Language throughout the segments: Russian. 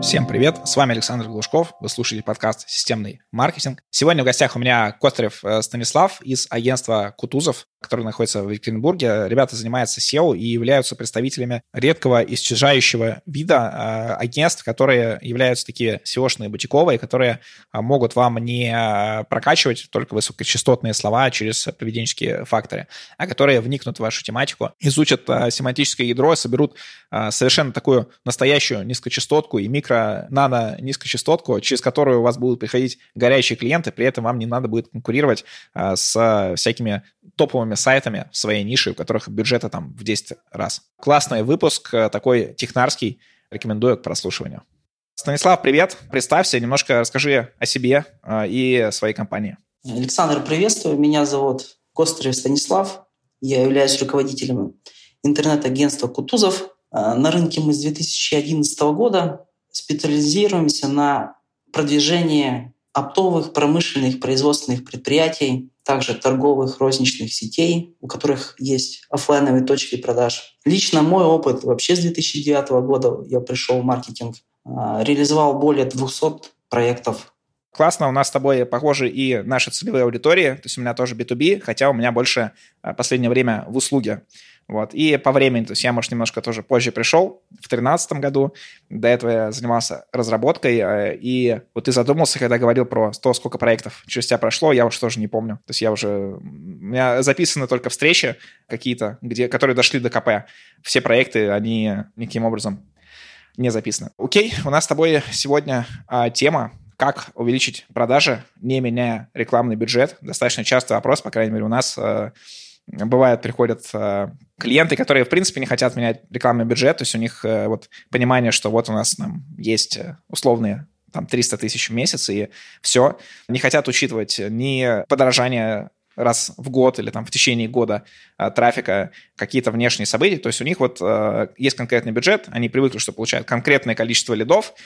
Всем привет, с вами Александр Глушков, вы слушаете подкаст «Системный маркетинг». Сегодня в гостях у меня Костарев Станислав из агентства Кутузов, которое находится в Екатеринбурге. Ребята занимаются SEO и являются представителями редкого исчезающего вида агентств, которые являются такие SEO-шные бутиковые, которые могут вам не прокачивать только высокочастотные слова через поведенческие факторы, а которые вникнут в вашу тематику, изучат семантическое ядро, соберут совершенно такую настоящую низкочастотку и нано-низкочастотку, через которую у вас будут приходить горячие клиенты, при этом вам не надо будет конкурировать с всякими топовыми сайтами в своей нише, у которых бюджеты там в 10 раз. Классный выпуск, такой технарский, рекомендую к прослушиванию. Станислав, привет, представься, немножко расскажи о себе и своей компании. Александр, приветствую, меня зовут Костарев Станислав, я являюсь руководителем интернет-агентства Кутузов. На рынке мы с 2011 года специализируемся на продвижении оптовых, промышленных, производственных предприятий, также торговых розничных сетей, у которых есть офлайновые точки продаж. Лично мой опыт вообще с 2009 года я пришел в маркетинг, реализовал более 200 проектов. Классно, у нас с тобой похожи и наши целевые аудитории, то есть у меня тоже B2B, хотя у меня больше в последнее время в услуге. Вот. И по времени, то есть я, может, немножко тоже позже пришел, в 2013 году, до этого я занимался разработкой, и вот ты задумался, когда говорил про то, сколько проектов через тебя прошло, я уж тоже не помню. То есть у меня записаны только встречи какие-то, которые дошли до КП. Все проекты, они никаким образом не записаны. Окей, у нас с тобой сегодня тема, как увеличить продажи, не меняя рекламный бюджет. Достаточно частый вопрос, по крайней мере, у нас бывает, приходят клиенты, которые, в принципе, не хотят менять рекламный бюджет, то есть у них вот понимание, что вот у нас там есть условные там 300 тысяч в месяц, и все. Не хотят учитывать ни подорожание раз в год или там в течение года трафика, какие-то внешние события. То есть у них вот есть конкретный бюджет, они привыкли, что получают конкретное количество лидов,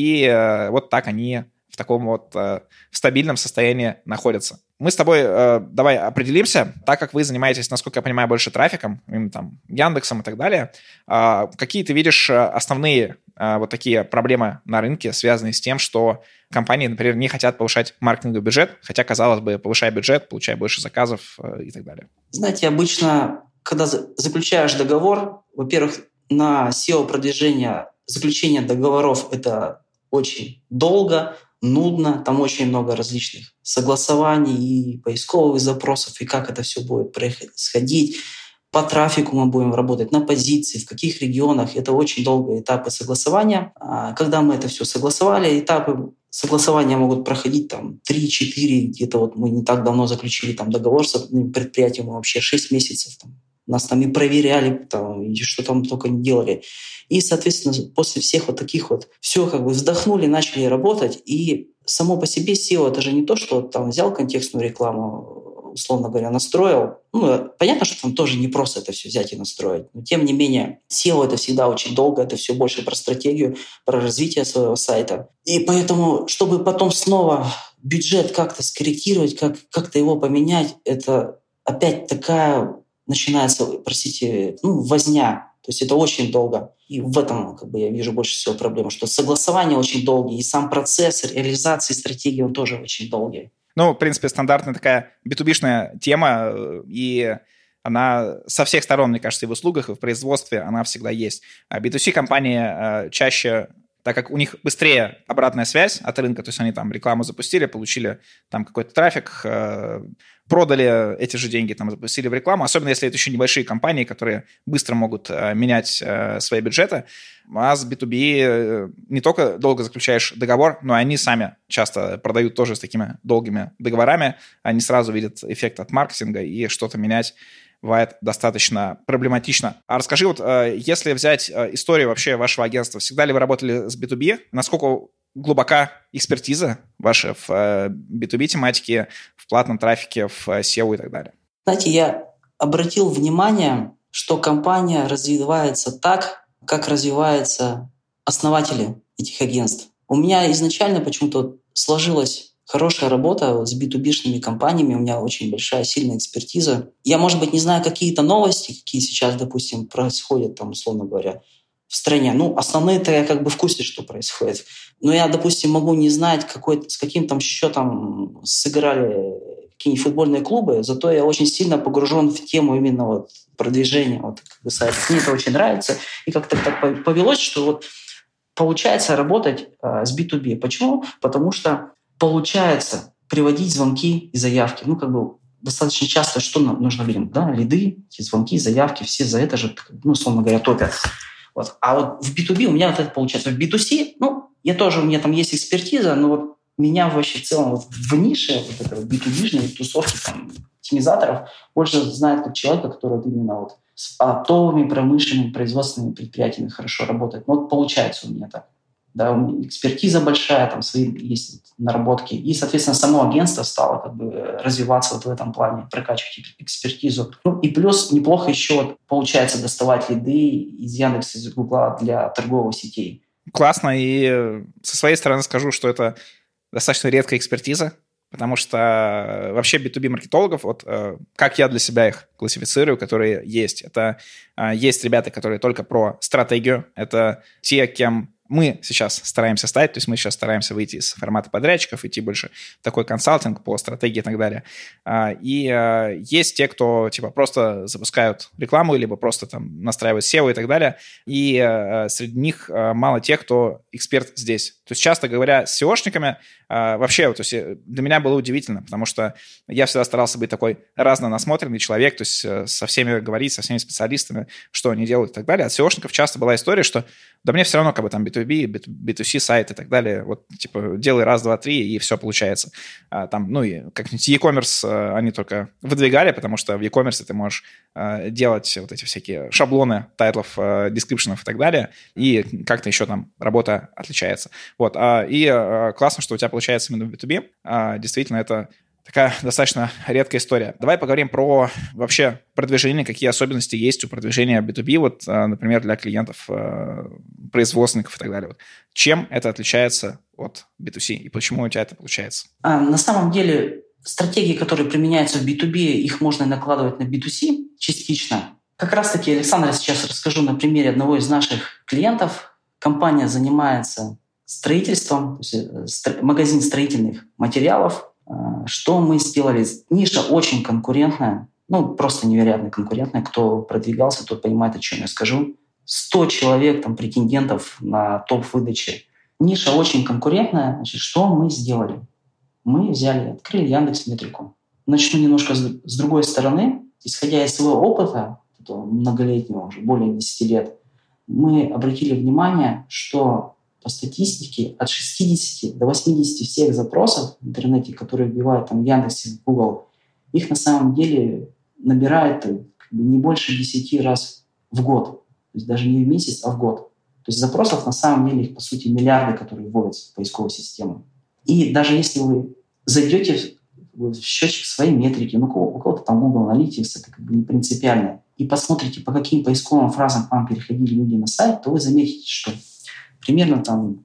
и вот так они в таком вот в стабильном состоянии находятся. Мы с тобой давай определимся, так как вы занимаетесь, насколько я понимаю, больше трафиком, там, Яндексом и так далее, какие ты видишь основные вот такие проблемы на рынке, связанные с тем, что компании, например, не хотят повышать маркетинговый бюджет, хотя, казалось бы, повышай бюджет, получай больше заказов и так далее. Знаете, обычно, когда заключаешь договор, во-первых, на SEO-продвижение заключение договоров – это очень долго, нудно, там очень много различных согласований и поисковых запросов, и как это все будет происходить. По трафику мы будем работать, на позиции, в каких регионах. Это очень долгие этапы согласования. Когда мы это все согласовали, этапы согласования могут проходить там 3-4, где-то вот мы не так давно заключили там договор с одним предприятием, вообще 6 месяцев. Там. Нас там и проверяли, там, и что там только не делали. И, соответственно, после всех вот таких вот все как бы вздохнули, начали работать. И само по себе SEO — это же не то, что там взял контекстную рекламу, условно говоря, настроил. Понятно, что там тоже не просто это все взять и настроить. Но тем не менее, SEO — это всегда очень долго, это все больше про стратегию, про развитие своего сайта. И поэтому, чтобы потом снова бюджет как-то скорректировать, как-то его поменять, это опять такая начинается, возня. То есть это очень долго. И в этом я вижу больше всего проблему, что согласование очень долгие, и сам процесс реализации стратегии, он тоже очень долгий. В принципе, стандартная такая B2B-шная тема, и она со всех сторон, мне кажется, и в услугах, и в производстве она всегда есть. А B2C-компании чаще, так как у них быстрее обратная связь от рынка, то есть они там рекламу запустили, получили там какой-то трафик, продали эти же деньги, там запустили в рекламу, особенно если это еще небольшие компании, которые быстро могут менять свои бюджеты. А с B2B не только долго заключаешь договор, но и они сами часто продают тоже с такими долгими договорами, они сразу видят эффект от маркетинга, и что-то менять бывает достаточно проблематично. А расскажи, вот если взять историю вообще вашего агентства, всегда ли вы работали с B2B? Насколько глубока экспертиза ваша в B2B тематике, в платном трафике, в SEO и так далее? Знаете, я обратил внимание, что компания развивается так, как развиваются основатели этих агентств. У меня изначально почему-то сложилась хорошая работа с B2B-шными компаниями, у меня очень большая, сильная экспертиза. Я, может быть, не знаю какие-то новости, какие сейчас, допустим, происходят, там, условно говоря, в стране. Ну, основные-то я как бы в курсе, что происходит. Но я, допустим, могу не знать, с каким там счетом сыграли какие-нибудь футбольные клубы, зато я очень сильно погружен в тему именно вот продвижения вот, как бы, сайтов. Мне это очень нравится. И как-то так повелось, что вот получается работать с B2B. Почему? Потому что получается приводить звонки и заявки. Ну, как бы достаточно часто что нам нужно видим? Да? Лиды, звонки, заявки, все за это же, ну, условно говоря, топят. Вот. А вот в B2B у меня вот это получается. В B2C, ну, у меня там есть экспертиза, но вот меня вообще в целом вот в нише вот этого B2B-жной тусовки там, оптимизаторов больше знает как человека, который вот именно вот с оптовыми, промышленными, производственными предприятиями хорошо работает. Ну, вот получается у меня так. Да, у меня экспертиза большая, там свои есть наработки. И, соответственно, само агентство стало как бы развиваться вот в этом плане, прокачивать экспертизу. Ну и плюс неплохо еще вот получается доставать лиды из Яндекса, из Гугла для торговых сетей. Классно. И со своей стороны скажу, что это достаточно редкая экспертиза, потому что вообще B2B-маркетологов, вот как я для себя их классифицирую, которые есть, это есть ребята, которые только про стратегию, это те, кем мы сейчас стараемся стать, то есть мы сейчас стараемся выйти из формата подрядчиков, идти больше в такой консалтинг по стратегии и так далее. И есть те, кто типа просто запускают рекламу, либо просто там настраивают SEO и так далее. И среди них мало тех, кто эксперт здесь. То есть часто говоря с SEOшниками, вообще, то есть для меня было удивительно, потому что я всегда старался быть такой разнонасмотренный человек, то есть со всеми говорить, со всеми специалистами, что они делают и так далее. От SEOшников часто была история, что да мне все равно как бы там B2B, B2C сайт и так далее, вот типа делай раз, два, три, и все получается. Там, ну и как-нибудь e-commerce они только выдвигали, потому что в e-commerce ты можешь делать вот эти всякие шаблоны тайтлов, дескрипшенов и так далее, и как-то еще там работа отличается. Вот. И классно, что у тебя получается именно в B2B. Действительно, это такая достаточно редкая история. Давай поговорим про вообще продвижение, какие особенности есть у продвижения B2B, вот, например, для клиентов, производственников и так далее. Вот. Чем это отличается от B2C и почему у тебя это получается? На самом деле стратегии, которые применяются в B2B, их можно накладывать на B2C частично. Как раз-таки, Александр, сейчас расскажу на примере одного из наших клиентов. Компания занимается строительством, то есть магазин строительных материалов. Что мы сделали? Ниша очень конкурентная, ну, просто невероятно конкурентная. Кто продвигался, тот понимает, о чем я скажу. 100 человек, там, претендентов на топ выдачи. Ниша очень конкурентная. Значит, что мы сделали? Мы взяли, открыли Яндекс.Метрику. Начну немножко с другой стороны. Исходя из своего опыта, многолетнего, уже более 10 лет, мы обратили внимание, что по статистике от 60 до 80 всех запросов в интернете, которые вбивают там в Яндексе, в Google, их на самом деле набирает не больше 10 раз в год. То есть даже не в месяц, а в год. То есть запросов на самом деле их, по сути, миллиарды, которые вводятся в поисковую систему. И даже если вы зайдете в счетчик своей метрики, ну, у кого-то там Google Analytics, это как бы не принципиально, и посмотрите, по каким поисковым фразам к вам переходили люди на сайт, то вы заметите, что примерно там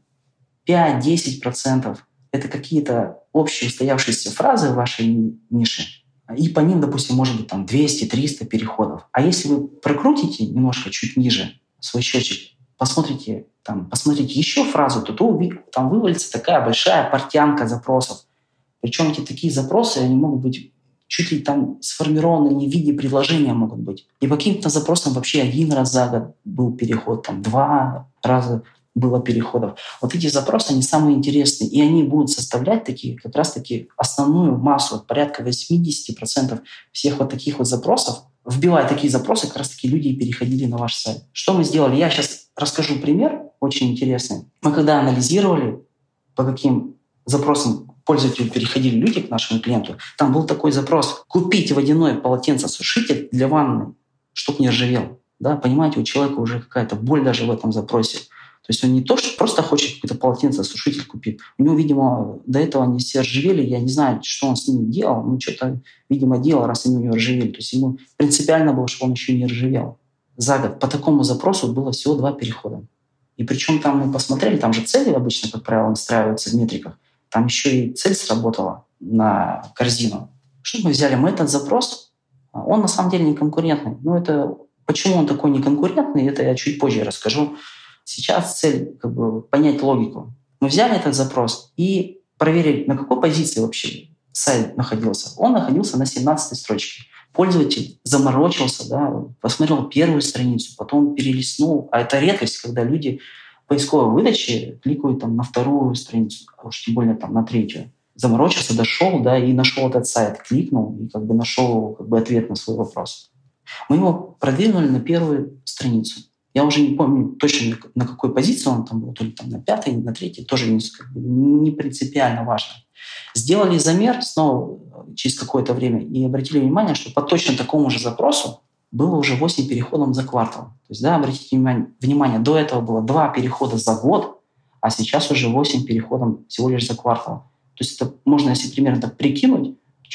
5-10% это какие-то общие устоявшиеся фразы в вашей нише, и по ним, допустим, может быть там 200-300 переходов. А если вы прокрутите немножко чуть ниже свой счетчик, посмотрите еще фразу, то там вывалится такая большая портянка запросов. Причем эти такие запросы, они могут быть чуть ли там сформированы не в виде предложения могут быть. И по каким-то запросам вообще 1 раз за год был переход, там 2 раза было переходов. Вот эти запросы, они самые интересные, и они будут составлять как раз-таки основную массу, порядка 80% всех вот таких вот запросов. Вбивая такие запросы, как раз-таки люди и переходили на ваш сайт. Что мы сделали? Я сейчас расскажу пример, очень интересный. Мы когда анализировали, по каким запросам пользователю переходили люди к нашему клиенту, там был такой запрос: купить водяное полотенцесушитель для ванны, чтобы не ржавел. Да, понимаете, у человека уже какая-то боль даже в этом запросе. То есть он не то, что просто хочет какое-то полотенцесушитель купить. У него, видимо, до этого они все ржавели. Я не знаю, что он с ними делал. Но что-то, видимо, делал, раз они у него ржавели. То есть ему принципиально было, чтобы он еще не ржавел. За год по такому запросу было всего 2 перехода. И причем там мы посмотрели, там же цели обычно, как правило, настраиваются в метриках. Там еще и цель сработала на корзину. Что мы взяли? Мы этот запрос, он на самом деле не конкурентный. Но это Почему он такой неконкурентный, это я чуть позже расскажу. Сейчас цель понять логику. Мы взяли этот запрос и проверили, на какой позиции вообще сайт находился. Он находился на 17-й строчке. Пользователь заморочился, посмотрел первую страницу, потом перелистнул. А это редкость, когда люди в поисковой выдаче кликают на вторую страницу, а уж тем более на третью. Заморочился, дошел, и нашел этот сайт, кликнул и нашел ответ на свой вопрос. Мы его продвинули на первую страницу. Я уже не помню точно, на какой позиции он там был, то ли на 5-й, на 3-й, тоже не принципиально важно. Сделали замер снова через какое-то время и обратили внимание, что по точно такому же запросу было уже 8 переходов за квартал. То есть, обратите внимание, до этого было 2 перехода за год, а сейчас уже 8 переходов всего лишь за квартал. То есть это можно, если примерно так прикинуть,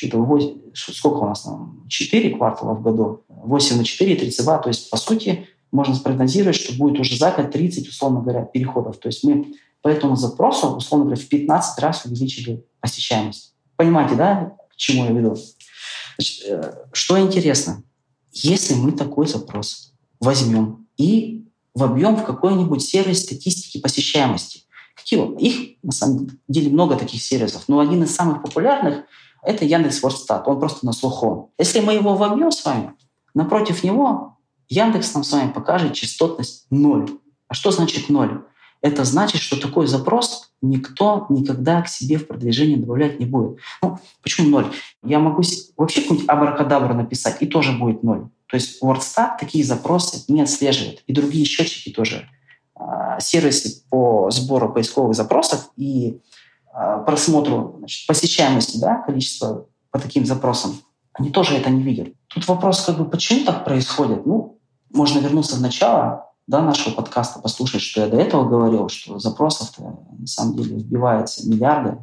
сколько у нас там, 4 квартала в году, 8 на 4, 32, то есть, по сути, можно спрогнозировать, что будет уже за год 30, условно говоря, переходов. То есть мы по этому запросу, условно говоря, в 15 раз увеличили посещаемость. Понимаете, к чему я веду? Значит, что интересно, если мы такой запрос возьмем и вобьем в какой-нибудь сервис статистики посещаемости, их, на самом деле, много таких сервисов, но один из самых популярных – это Яндекс.Вордстат. Он просто на слуху. Если мы его вобьем с вами, напротив него Яндекс нам с вами покажет частотность 0. А что значит 0? Это значит, что такой запрос никто никогда к себе в продвижение добавлять не будет. Почему 0? Я могу вообще какую-нибудь абракадабру написать, и тоже будет 0. То есть WordStat такие запросы не отслеживает. И другие счетчики тоже. Сервисы по сбору поисковых запросов и просмотру посещаемости, количества по таким запросам, они тоже это не видят. Тут вопрос, почему так происходит? Можно вернуться в начало нашего подкаста, послушать, что я до этого говорил, что запросов-то на самом деле вбивается миллиарды.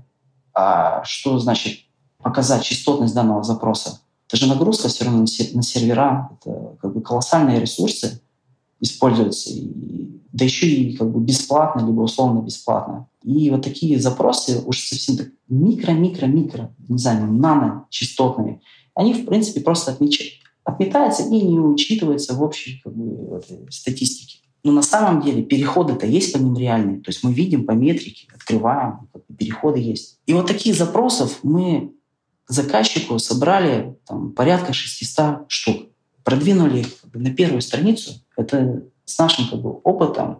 А что значит показать частотность данного запроса? Это же нагрузка все равно на сервера, это колоссальные ресурсы используются, да еще и бесплатно, либо условно бесплатно. И вот такие запросы уж совсем так микро, не знаю, наночастотные, они, в принципе, просто отметаются и не учитываются в общей этой статистике. Но на самом деле переходы-то есть по ним реальные. То есть мы видим по метрике, открываем, переходы есть. И вот таких запросов мы заказчику собрали порядка 600 штук. Продвинули их на первую страницу. Это с нашим опытом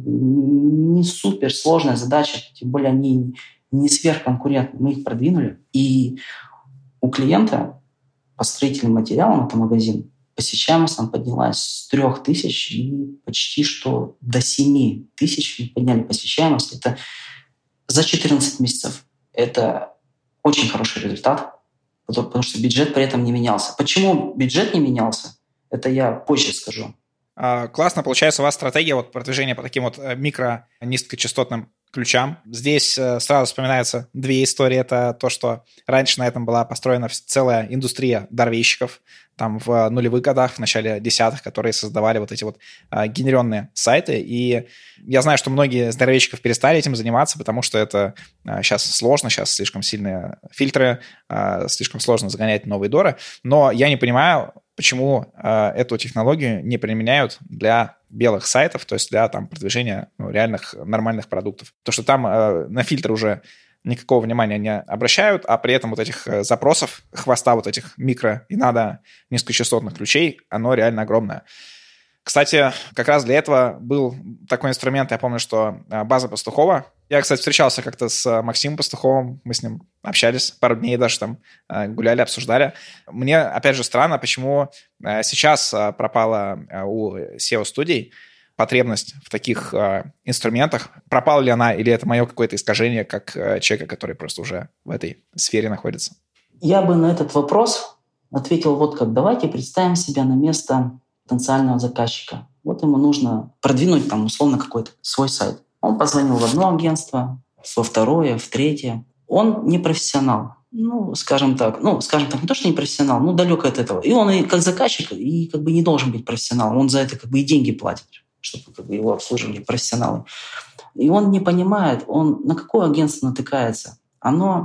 не супер сложная задача, тем более они не сверхконкурентны. Мы их продвинули. И у клиента по строительным материалам, это магазин, посещаемость нам поднялась с 3000 и почти что до 7000 мы подняли посещаемость. Это за 14 месяцев. Это очень хороший результат, потому что бюджет при этом не менялся. Почему бюджет не менялся? Это я позже скажу. Классно получается у вас стратегия продвижения по таким микро-низкочастотным ключам. Здесь сразу вспоминаются 2 истории. Это то, что раньше на этом была построена целая индустрия дорвейщиков, в нулевых годах, в начале десятых, которые создавали эти генеренные сайты. И я знаю, что многие из дорвейщиков перестали этим заниматься, потому что это сейчас сложно, сейчас слишком сильные фильтры, слишком сложно загонять новые доры. Но я не понимаю, почему эту технологию не применяют для белых сайтов, то есть для продвижения реальных нормальных продуктов. То, что там на фильтр уже никакого внимания не обращают, а при этом этих запросов, хвоста этих микро и надо низкочастотных ключей, оно реально огромное. Кстати, как раз для этого был такой инструмент, я помню, что база Пастухова. Я, кстати, встречался как-то с Максимом Пастуховым, мы с ним общались пару дней, даже гуляли, обсуждали. Мне, опять же, странно, почему сейчас пропала у SEO-студий потребность в таких инструментах. Пропала ли она, или это мое какое-то искажение, как человека, который просто уже в этой сфере находится? Я бы на этот вопрос ответил как. Давайте представим себя на место потенциального заказчика. Ему нужно продвинуть условно какой-то свой сайт. Он позвонил в одно агентство, во второе, в третье. Он не профессионал. Скажем так, не то, что не профессионал, далек от этого. И он как заказчик и не должен быть профессионалом. Он за это и деньги платит, чтобы его обслуживали профессионалы. И он не понимает, он на какое агентство натыкается. Оно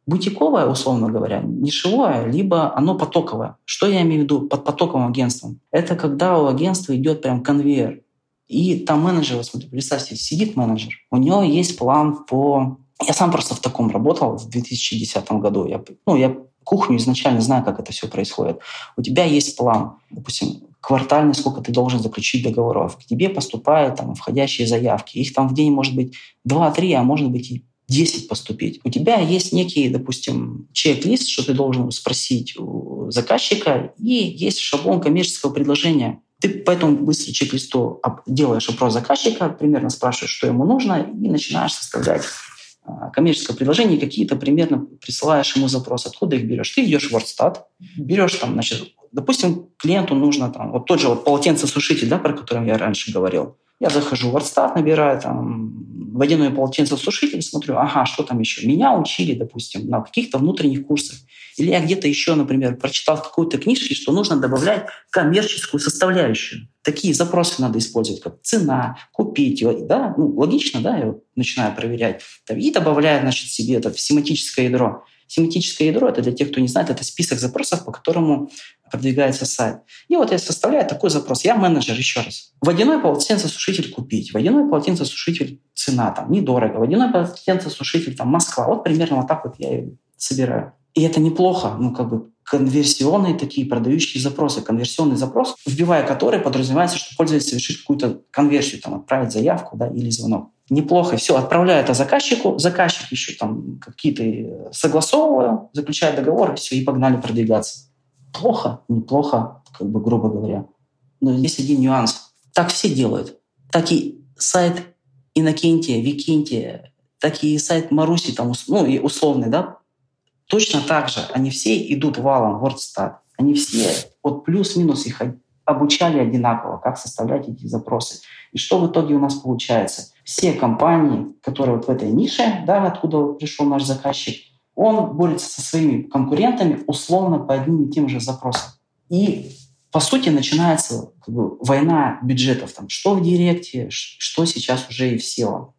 бутиковое, условно говоря, нишевое, либо оно потоковое. Что я имею в виду под потоковым агентством? Это когда у агентства идет прям конвейер. И там менеджер, вот смотри, представьте, сидит менеджер, у него есть план по... Я сам просто в таком работал в 2010 году. Я кухню изначально знаю, как это все происходит. У тебя есть план, допустим, квартальный, сколько ты должен заключить договоров. К тебе поступают там входящие заявки. Их там в день может быть 2-3, а может быть и 10 поступить. У тебя есть некий, допустим, чек-лист, что ты должен спросить у заказчика, и есть шаблон коммерческого предложения. Ты по этому быстрому чек-листу делаешь опрос заказчика, примерно спрашиваешь, что ему нужно, и начинаешь составлять коммерческое предложение, какие-то примерно присылаешь ему запрос. Откуда их берешь? Ты идешь в WordStat, берешь там, значит, допустим, клиенту нужно там, вот тот же вот полотенцесушитель, да, про который я раньше говорил. Я захожу в WordStat, набираю там водяной полотенцесушитель, смотрю, ага, что там еще? Меня учили, допустим, на каких-то внутренних курсах. Или я где-то еще, например, прочитал в какой-то книжке, что нужно добавлять коммерческую составляющую. Такие запросы надо использовать, как цена, купить. Да? Логично, да, я начинаю проверять. И добавляю, значит, себе это в семантическое ядро. Семантическое ядро — это для тех, кто не знает, это список запросов, по которому продвигается сайт. И вот я составляю такой запрос. Я менеджер, еще раз. Водяной полотенцесушитель купить. Водяной полотенцесушитель цена, там, недорого. Водяной полотенцесушитель, там, Москва. Вот примерно вот так вот я и собираю. И это неплохо. Конверсионные такие продающие запросы. Конверсионный запрос, вбивая который, подразумевается, что пользователь совершит какую-то конверсию, там, отправить заявку, да, или звонок. Неплохо. Все, отправляю это заказчику. Заказчик еще там какие-то согласовываю, заключает договор, и все, и погнали продвигаться. Плохо, неплохо, грубо говоря. Но есть один нюанс. Так все делают. Так и сайт Иннокентия, Викентия, так и сайт Маруси, там, и условный, да, точно так же. Они все идут валом в WordStat. Они все, вот плюс-минус их обучали одинаково, как составлять эти запросы. И что в итоге у нас получается? Все компании, которые вот в этой нише, да, откуда пришел наш заказчик, он борется со своими конкурентами условно по одним и тем же запросам. И, по сути, начинается война бюджетов. Там, что в Директе, что сейчас уже и в SEO.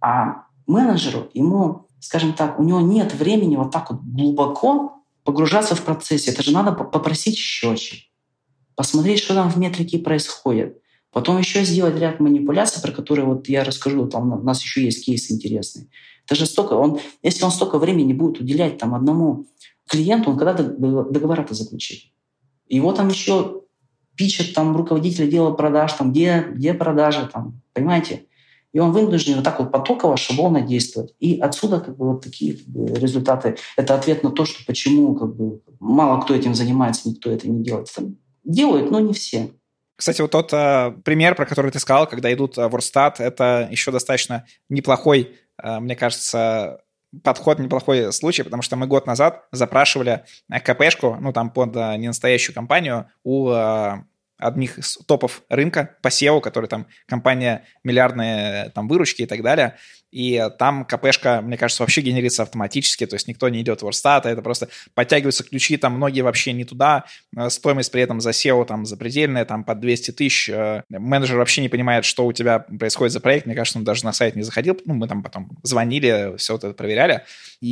А менеджеру, ему, скажем так, у него нет времени вот так вот глубоко погружаться в процессе. Это же надо попросить счетчик, посмотреть, что там в метрике происходит. Потом еще сделать ряд манипуляций, про которые вот я расскажу. Там у нас еще есть кейсы интересные. Это же если он столько времени будет уделять там одному клиенту, он когда договора-то заключит. Его там еще пичат там руководитель отдела продаж, там где продажи, там, понимаете? И он вынужден вот так вот потоково, шаблонно действовать. И отсюда вот такие результаты. Это ответ на то, что почему мало кто этим занимается, никто это не делает. Это делают, но не все. Кстати, вот тот пример, про который ты сказал, когда идут в WordStat, это еще достаточно неплохой, мне кажется, подход, неплохой случай, потому что мы год назад запрашивали КПшку, там под ненастоящую компанию у одних из топов рынка по SEO, который там компания миллиардные там выручки и так далее. И там КПшка, мне кажется, вообще генерится автоматически, то есть никто не идет в WordStat, это просто подтягиваются ключи, там многие вообще не туда, стоимость при этом за SEO там запредельная, там под 200 тысяч, менеджер вообще не понимает, что у тебя происходит за проект, мне кажется, он даже на сайт не заходил, мы там потом звонили, все это проверяли,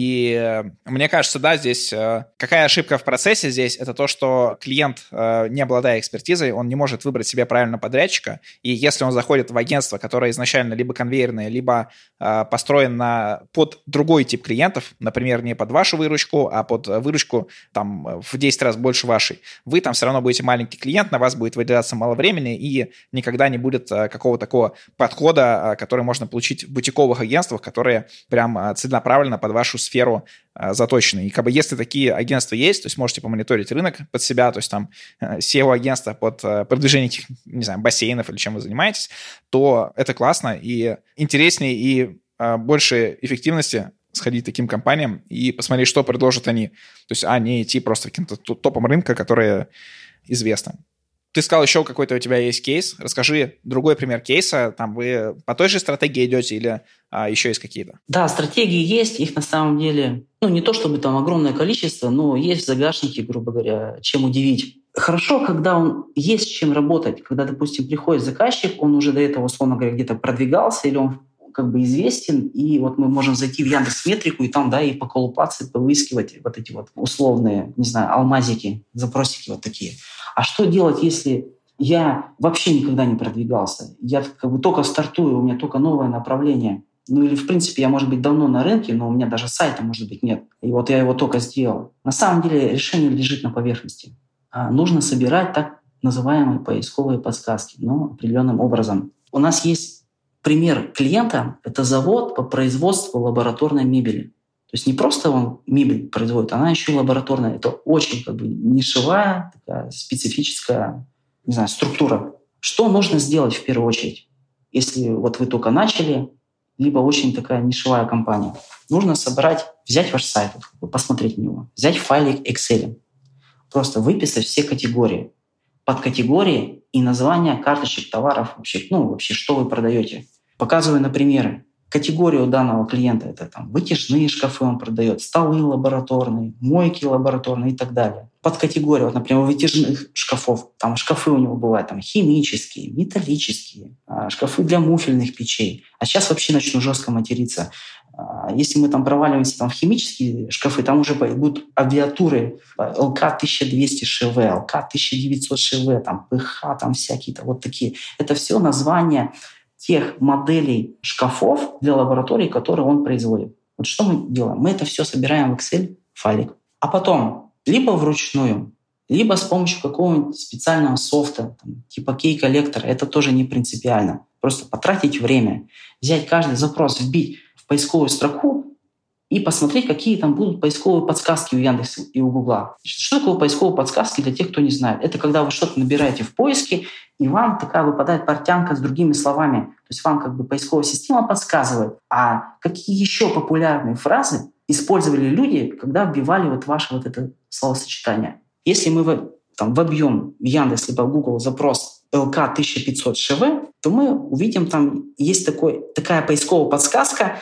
и мне кажется, да, здесь какая ошибка в процессе здесь, это то, что клиент, не обладая экспертизой, он не может выбрать себе правильно подрядчика, и если он заходит в агентство, которое изначально либо конвейерное, либо построен под другой тип клиентов, например, не под вашу выручку, а под выручку там в 10 раз больше вашей, вы там все равно будете маленький клиент, на вас будет выделяться мало времени, и никогда не будет какого-то такого подхода, который можно получить в бутиковых агентствах, которые прям целенаправленно под вашу сферу заточены. И если такие агентства есть, то есть можете помониторить рынок под себя, то есть там SEO-агентство под продвижение, не знаю, бассейнов или чем вы занимаетесь, то это классно и интереснее, и больше эффективности сходить к таким компаниям и посмотреть, что предложат они. То есть, не идти просто каким-то топом рынка, которые известны. Ты сказал, еще какой-то у тебя есть кейс. Расскажи другой пример кейса. Там вы по той же стратегии идете или еще есть какие-то? Да, стратегии есть. Их на самом деле, не то чтобы там огромное количество, но есть в загашнике, грубо говоря, чем удивить. Хорошо, когда он есть с чем работать. Когда, допустим, приходит заказчик, он уже до этого, условно говоря, где-то продвигался, или он как бы известен, и вот мы можем зайти в Яндекс.Метрику и там, да, и поколупаться, повыискивать вот эти вот условные, не знаю, алмазики, запросики вот такие. А что делать, если я вообще никогда не продвигался? Я как бы только стартую, у меня только новое направление. Ну или, в принципе, я, может быть, давно на рынке, но у меня даже сайта, может быть, нет. И вот я его только сделал. На самом деле решение лежит на поверхности. Нужно собирать так называемые поисковые подсказки, но определенным образом. У нас есть пример клиента. Это завод по производству лабораторной мебели. То есть не просто он мебель производит, она еще и лабораторная. Это очень как бы нишевая, такая специфическая, не знаю, структура. Что нужно сделать в первую очередь, если вот вы только начали, либо очень такая нишевая компания? Нужно взять ваш сайт, посмотреть на него, взять файлик Excel, просто выписать все категории, подкатегории и названия карточек товаров вообще, что вы продаете. Показываю на примеры. Категорию данного клиента — это там вытяжные шкафы он продает, столы лабораторные, мойки лабораторные и так далее. Подкатегория, вот, например, у вытяжных шкафов, там шкафы у него бывают там химические, металлические, шкафы для муфельных печей. А сейчас вообще начну жестко материться. Если мы там проваливаемся там, в химические шкафы, там уже будут аббревиатуры ЛК-1200 ШВ, ЛК-1900 ШВ, там ПХ, там всякие-то вот такие. Это все названия тех моделей шкафов для лабораторий, которые он производит. Вот что мы делаем? Мы это все собираем в Excel файлик, а потом либо вручную, либо с помощью какого-нибудь специального софта, типа кей-коллектора. Это тоже не принципиально. Просто потратить время, взять каждый запрос, вбить в поисковую строку и посмотреть, какие там будут поисковые подсказки у Яндекса и у Гугла. Что такое поисковые подсказки для тех, кто не знает? Это когда вы что-то набираете в поиске, и вам такая выпадает портянка с другими словами. То есть вам как бы поисковая система подсказывает, а какие еще популярные фразы использовали люди, когда вбивали вот ваше вот это словосочетание. Если мы вобьем в Яндекс либо в Google запрос ЛК-1500 ШВ, то мы увидим, там есть такая поисковая подсказка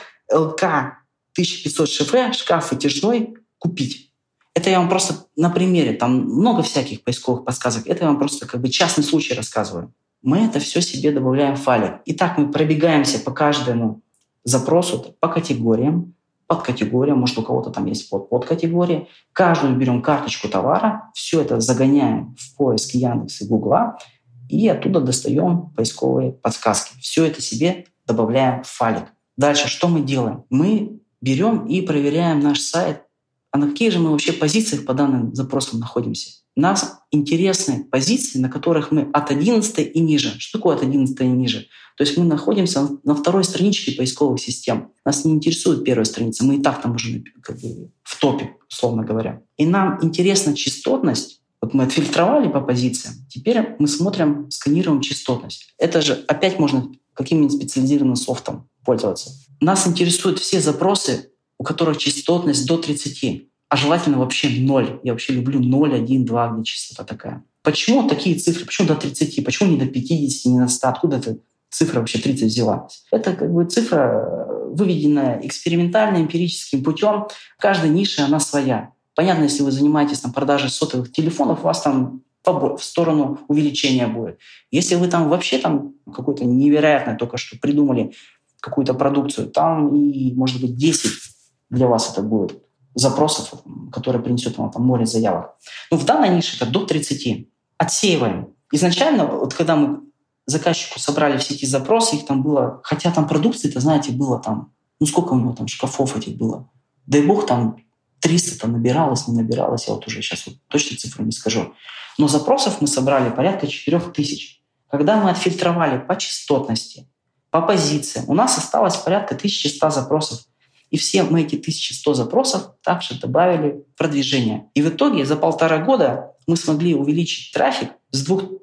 ЛК-1500 ШВ, шкаф вытяжной, купить. Это я вам просто на примере, там много всяких поисковых подсказок, это я вам просто как бы частный случай рассказываю. Мы это все себе добавляем в файлик. Итак, мы пробегаемся по каждому запросу, по категориям, подкатегориям, может, у кого-то там есть подкатегории. Каждую берем карточку товара, все это загоняем в поиск Яндекса и Гугла, и оттуда достаем поисковые подсказки. Все это себе добавляем в файлик. Дальше что мы делаем? Мы берем и проверяем наш сайт, а на каких же мы вообще позициях по данным запросам находимся. Нас интересны позиции, на которых мы от 11 и ниже. Что такое от 11 и ниже? То есть мы находимся на второй страничке поисковых систем. Нас не интересует первая страница, мы и так там уже как бы в топе, условно говоря. И нам интересна частотность. Вот мы отфильтровали по позициям, теперь мы смотрим, сканируем частотность. Это же опять можно каким-нибудь специализированным софтом пользоваться. Нас интересуют все запросы, у которых частотность до 30, а желательно вообще 0. Я вообще люблю 0, 1, 2, где частота такая. Почему такие цифры? Почему до 30? Почему не до 50, не на 100? Откуда эта цифра вообще 30 взялась? Это как бы цифра, выведенная экспериментально, эмпирическим путем. В каждой нише она своя. Понятно, если вы занимаетесь продажей сотовых телефонов, у вас там в сторону увеличения будет. Если вы там вообще какой-то невероятный только что придумали какую-то продукцию, там и, может быть, 10 для вас это будет запросов, которые принесет вам море заявок. Но в данной нише это до 30. Отсеиваем. Изначально, вот когда мы заказчику собрали все эти запросы, их там было, хотя там продукции-то, знаете, было там, сколько у него там шкафов этих было? Дай бог, там 300 набиралось, не набиралось, я вот уже сейчас точно цифру не скажу. Но запросов мы собрали порядка 4000. Когда мы отфильтровали по частотности, по позициям, у нас осталось порядка 1100 запросов. И все мы эти 1100 запросов также добавили в продвижение. И в итоге за 1,5 года мы смогли увеличить трафик с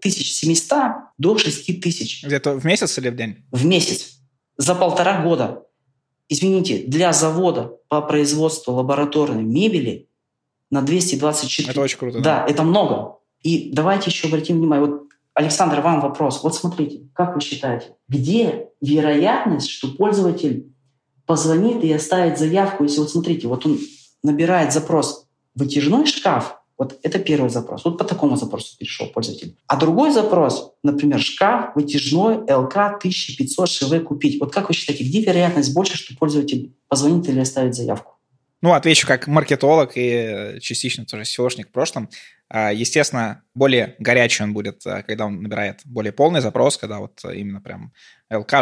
2700 до 6000. Где-то в месяц или в день? В месяц. За 1,5 года. Извините, для завода по производству лабораторной мебели на 224... Это очень круто. Да, это много. И давайте еще обратим внимание. Вот, Александр, вам вопрос. Вот смотрите, как вы считаете, где вероятность, что пользователь позвонит и оставит заявку, если вот смотрите, вот он набирает запрос «вытяжной шкаф», Вот это первый запрос. Вот по такому запросу перешел пользователь. А другой запрос, например, шкаф вытяжной ЛК 1500 ШВ купить. Вот как вы считаете, где вероятность больше, что пользователь позвонит или оставит заявку? Ну, отвечу как маркетолог и частично тоже SEOшник в прошлом. Естественно, более горячий он будет, когда он набирает более полный запрос, когда вот именно прям ЛК,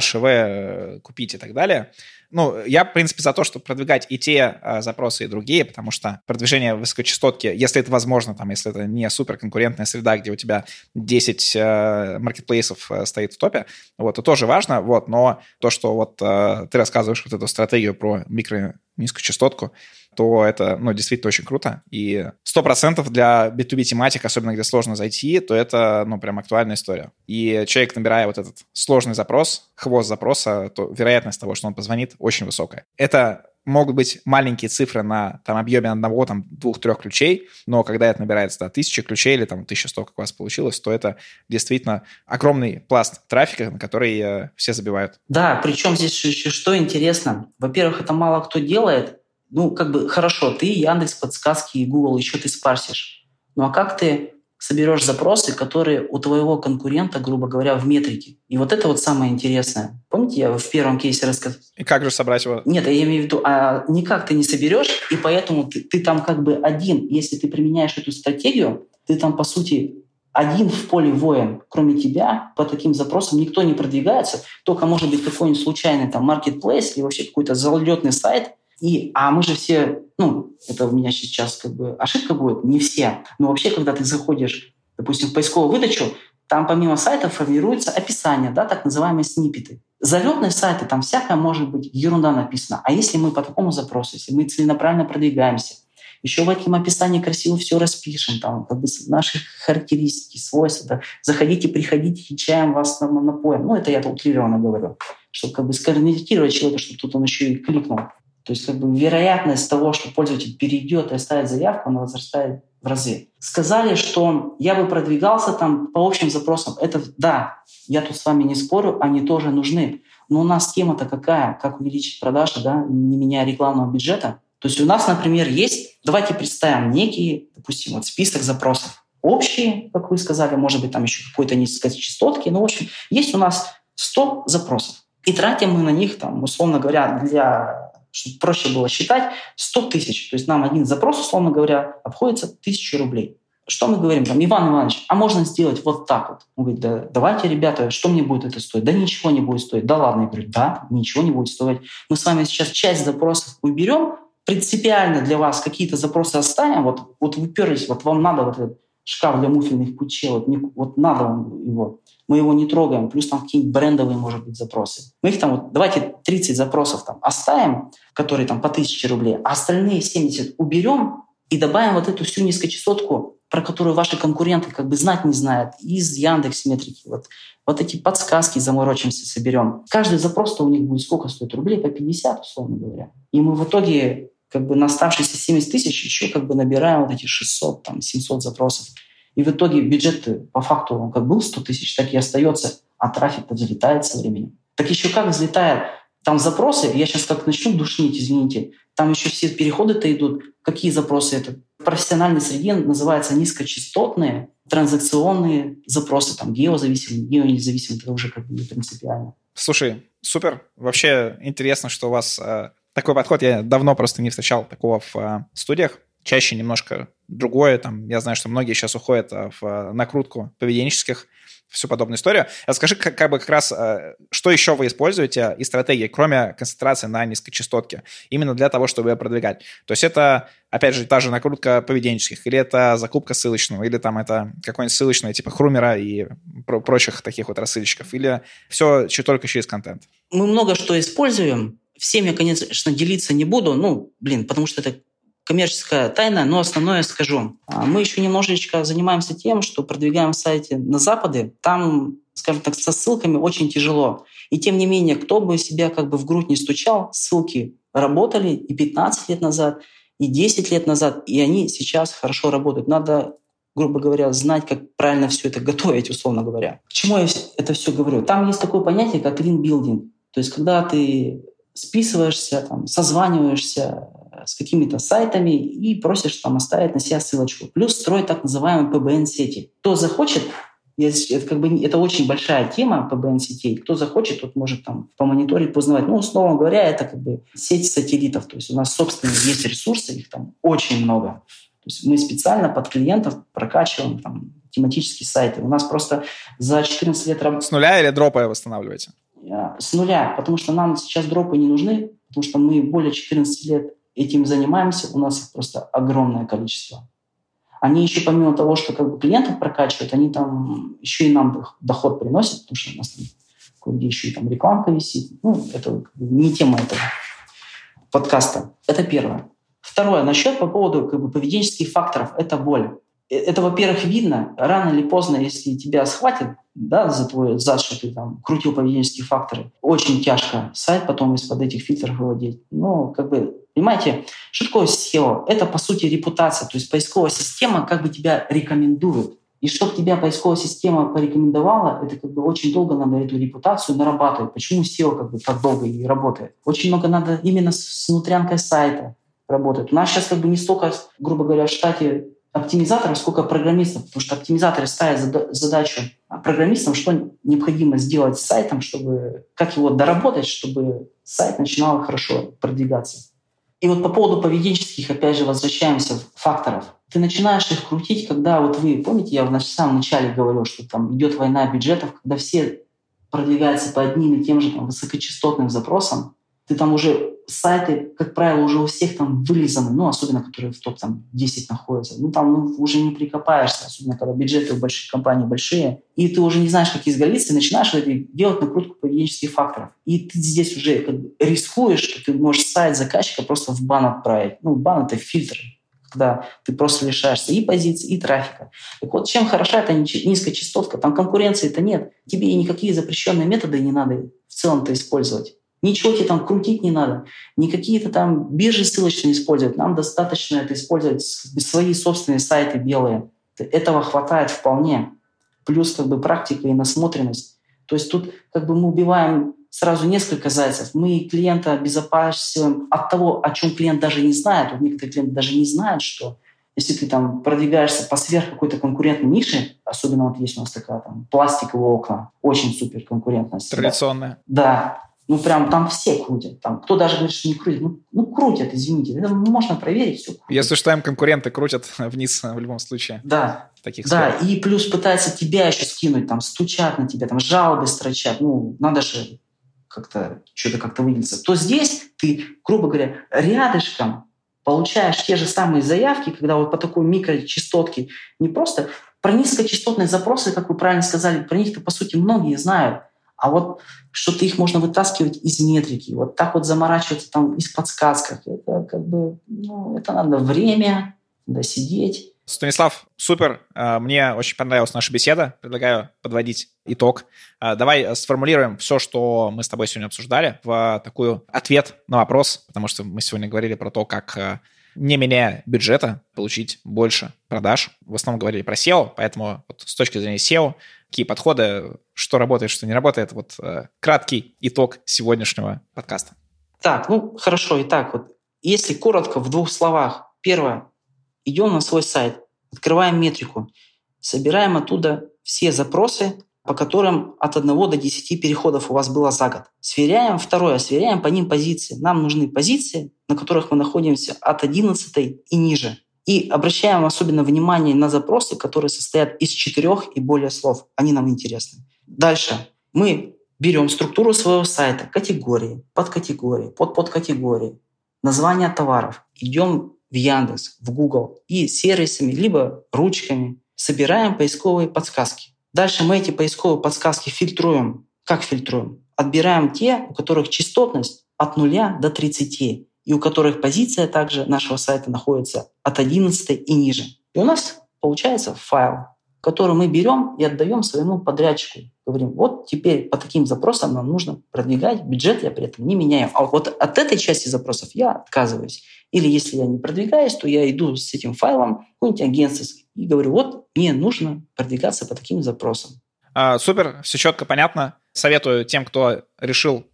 ШВ купить и так далее. Ну, я, в принципе, за то, чтобы продвигать и те запросы, и другие, потому что продвижение высокочастотки, если это возможно, там, если это не суперконкурентная среда, где у тебя 10 маркетплейсов стоит в топе, вот, это тоже важно, вот, но то, что вот ты рассказываешь вот эту стратегию про низкочастотку, то это, ну, действительно очень круто. И 100% для B2B тематик, особенно где сложно зайти, то это, ну, прям актуальная история. И человек, набирая вот этот сложный запрос, хвост запроса, то вероятность того, что он позвонит, очень высокая. Это могут быть маленькие цифры на там, объеме одного, там, 2-3 ключей, но когда это набирается, да, 1000 ключей или там 1100, как у вас получилось, то это действительно огромный пласт трафика, на который все забивают. Да, причем здесь еще что интересно. Во-первых, это мало кто делает. Ну, как бы хорошо, ты Яндекс, подсказки и Google еще ты спарсишь. Ну а как ты соберешь запросы, которые у твоего конкурента, грубо говоря, в метрике? И вот это вот самое интересное. Помните, я в первом кейсе рассказал? И как же собрать его? Нет, я имею в виду, никак ты не соберешь, и поэтому ты там как бы один. Если ты применяешь эту стратегию, ты там, по сути, один в поле воин. Кроме тебя по таким запросам никто не продвигается. Только, может быть, какой-нибудь случайный там маркетплейс или вообще какой-то залетный сайт. А мы же все, это у меня сейчас как бы ошибка будет, не все. Но вообще, когда ты заходишь, допустим, в поисковую выдачу, там помимо сайта формируется описание, да, так называемые сниппеты. Залетные сайты, там всякое может быть, ерунда написана. А если мы по такому запросу, если мы целенаправленно продвигаемся, еще в этом описании красиво все распишем, там, как бы наши характеристики, свойства. Да. Заходите, приходите, чаем вас напоим. Это я утрированно говорю, чтобы как бы сконвертировать человека, чтобы тут он еще и кликнул. То есть как бы вероятность того, что пользователь перейдет и оставит заявку, она возрастает в разы. Сказали, что я бы продвигался там по общим запросам. Это да, я тут с вами не спорю, они тоже нужны. Но у нас тема-то какая? Как увеличить продажи, да, не меняя рекламного бюджета? То есть у нас, например, есть, давайте представим некий, допустим, вот список запросов. Общие, как вы сказали, может быть, там еще какой-то низкочастотки. В общем, есть у нас 100 запросов. И тратим мы на них, там, условно говоря, чтобы проще было считать, 100 тысяч. То есть нам один запрос, условно говоря, обходится 1000 рублей. Что мы говорим? Там, Иван Иванович, а можно сделать вот так вот? Он говорит, да давайте, ребята, что мне будет это стоить? Да ничего не будет стоить. Да ладно. Я говорю, да, ничего не будет стоить. Мы с вами сейчас часть запросов уберем, принципиально для вас какие-то запросы оставим. Вот вы уперлись, вот вам надо вот этот шкаф для муфельных кучей, вот надо вам его. Мы его не трогаем, плюс там какие-нибудь брендовые, может быть, запросы. Мы их там, давайте 30 запросов там оставим, которые там по 1000 рублей, а остальные 70 уберем и добавим вот эту всю низкочастотку, про которую ваши конкуренты как бы знать не знают, из Яндекс.Метрики. Вот эти подсказки заморочимся, соберем. Каждый запрос-то у них будет сколько стоит? Рублей по 50, условно говоря. И мы в итоге как бы на оставшиеся 70 тысяч еще как бы набираем вот эти 600, там, 700 запросов. И в итоге бюджет по факту он как был 100 тысяч, так и остается, а трафик-то взлетает со временем. Так еще как взлетает? Там запросы, я сейчас как начну душнить, извините, там еще все переходы-то идут. Какие запросы это? В профессиональной среде называются низкочастотные транзакционные запросы, там геозависимые, геонезависимые, это уже как бы не принципиально. Слушай, супер. Вообще интересно, что у вас такой подход. Я давно просто не встречал такого в студиях. Чаще немножко другое. Там, я знаю, что многие сейчас уходят в накрутку поведенческих, всю подобную историю. Расскажи, как раз, что еще вы используете из стратегии, кроме концентрации на низкочастотке, именно для того, чтобы ее продвигать. То есть это, опять же, та же накрутка поведенческих, или это закупка ссылочного, или там это какое-нибудь ссылочное, типа Хрумера и прочих таких вот рассылщиков, или все только через контент? Мы много что используем. Всем я, конечно, делиться не буду, потому что это коммерческая тайна, но основное скажу. Мы еще немножечко занимаемся тем, что продвигаем сайты на Запады. Там, скажем так, со ссылками очень тяжело. И тем не менее, кто бы себя как бы в грудь не стучал, ссылки работали и 15 лет назад, и 10 лет назад, и они сейчас хорошо работают. Надо, грубо говоря, знать, как правильно все это готовить, условно говоря. К чему я это все говорю? Там есть такое понятие, как линк-билдинг. То есть когда ты списываешься, там, созваниваешься с какими-то сайтами и просишь там оставить на себя ссылочку. Плюс строить так называемые PBN-сети. Кто захочет, это очень большая тема PBN-сетей. Кто захочет, тот может там помониторить, поузнавать. Условно говоря, это сеть сателлитов. То есть у нас собственные есть ресурсы, их там очень много. То есть мы специально под клиентов прокачиваем там тематические сайты. У нас просто за 14 лет работы... С нуля или дропы восстанавливаете? С нуля, потому что нам сейчас дропы не нужны, потому что мы более 14 лет этим занимаемся, у нас их просто огромное количество. Они еще помимо того, что клиентов прокачивают, они там еще и нам доход приносят, потому что у нас там кое-где еще и там рекламка висит. Это не тема этого подкаста. Это первое. Второе. Насчет по поводу поведенческих факторов. Это боль. Это, во-первых, видно. Рано или поздно, если тебя схватят, за твой зад, что ты там крутил поведенческие факторы, очень тяжко сайт потом из-под этих фильтров выводить. Понимаете, что такое SEO? Это, по сути, репутация. То есть поисковая система тебя рекомендует. И чтобы тебя поисковая система порекомендовала, это очень долго надо эту репутацию нарабатывать. Почему SEO так долго и работает? Очень много надо именно с внутрянкой сайта работать. У нас сейчас не столько, грубо говоря, в штате оптимизаторов, сколько программистов, потому что оптимизаторы ставят задачу программистам, что необходимо сделать с сайтом, как его доработать, чтобы сайт начинал хорошо продвигаться. И по поводу поведенческих, опять же, возвращаемся факторов. Ты начинаешь их крутить, когда вы, помните, я в самом начале говорил, что там идет война бюджетов, когда все продвигаются по одним и тем же высокочастотным запросам, ты там уже сайты, как правило, уже у всех там вылизаны, особенно которые в топ-10 находятся. Там уже не прикопаешься, особенно когда бюджеты у больших компаний большие, и ты уже не знаешь, как изгалиться, и начинаешь делать накрутку поведенческих факторов. И ты здесь уже рискуешь, что ты можешь сайт заказчика просто в бан отправить. Бан — это фильтр, когда ты просто лишаешься и позиций, и трафика. Так чем хороша эта низкая частотка? Там конкуренции-то нет. Тебе и никакие запрещенные методы не надо в целом-то использовать. Ничего тебе там крутить не надо, ни какие-то там биржи ссылочные использовать. Нам достаточно это использовать свои собственные сайты белые. Этого хватает вполне. Плюс практика и насмотренность. То есть тут мы убиваем сразу несколько зайцев. Мы клиента обезопасиваем от того, о чем клиент даже не знает. Некоторые клиенты даже не знают, что если ты там продвигаешься по сверх какой-то конкурентной нише, особенно есть у нас такая пластиковые окна, очень супер конкурентность. Традиционная. Да. Прям там все крутят. Там, кто даже говорит, что не крутят. Крутят, извините. Это можно проверить. Все крутят. Если что, им конкуренты крутят вниз в любом случае. Да. В таких сферах. И плюс пытаются тебя еще скинуть, стучат на тебя, жалобы строчат. Надо же как-то выделиться. То здесь ты, грубо говоря, рядышком получаешь те же самые заявки, когда по такой микрочастотке не просто про низкочастотные запросы, как вы правильно сказали, про них-то, по сути, многие знают. А что-то их можно вытаскивать из метрики, так заморачиваться из подсказок. Это это надо время, надо сидеть. Станислав, супер. Мне очень понравилась наша беседа. Предлагаю подводить итог. Давай сформулируем все, что мы с тобой сегодня обсуждали, в такой ответ на вопрос, потому что мы сегодня говорили про то, как, не меняя бюджета, получить больше продаж. В основном говорили про SEO, поэтому с точки зрения SEO, какие подходы, что работает, что не работает. Краткий итог сегодняшнего подкаста. Так, хорошо. Итак, если коротко, в 2 словах. Первое. Идем на свой сайт, открываем метрику, собираем оттуда все запросы, по которым от 1 до 10 переходов у вас было за год. Сверяем. Второе. Сверяем по ним позиции. Нам нужны позиции, на которых мы находимся от 11 и ниже. И обращаем особенно внимание на запросы, которые состоят из 4 и более слов. Они нам интересны. Дальше. Мы берем структуру своего сайта, категории, подкатегории, подкатегории, названия товаров. Идем в Яндекс, в Google и сервисами, либо ручками собираем поисковые подсказки. Дальше мы эти поисковые подсказки фильтруем. Как фильтруем? Отбираем те, у которых частотность от 0 до 30, и у которых позиция также нашего сайта находится от 11 и ниже. И у нас получается файл, который мы берем и отдаем своему подрядчику. Говорим, теперь по таким запросам нам нужно продвигать, бюджет я при этом не меняю. А от этой части запросов я отказываюсь. Или если я не продвигаюсь, то я иду с этим файлом в какое-нибудь агентство и говорю, мне нужно продвигаться по таким запросам. Супер, все четко, понятно. Советую тем, кто решил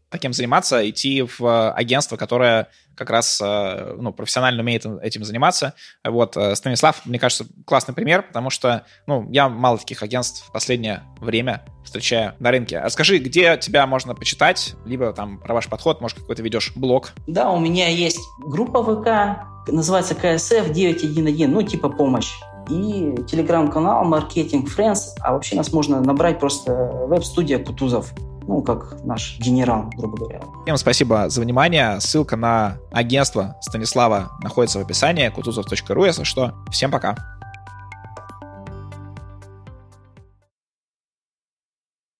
таким заниматься, идти в агентство, которое как раз профессионально умеет этим заниматься. Вот, Станислав, мне кажется, классный пример, потому что я мало таких агентств в последнее время встречаю на рынке. А скажи, где тебя можно почитать, либо там про ваш подход, может, какой-то ведешь блог? Да, у меня есть группа ВК, называется КСФ 911, типа помощь. И телеграм-канал Marketing Friends, а вообще нас можно набрать просто веб-студия Кутузов. Как наш генерал, грубо говоря. Всем спасибо за внимание. Ссылка на агентство Станислава находится в описании, kutuzov.ru, если что. Всем пока.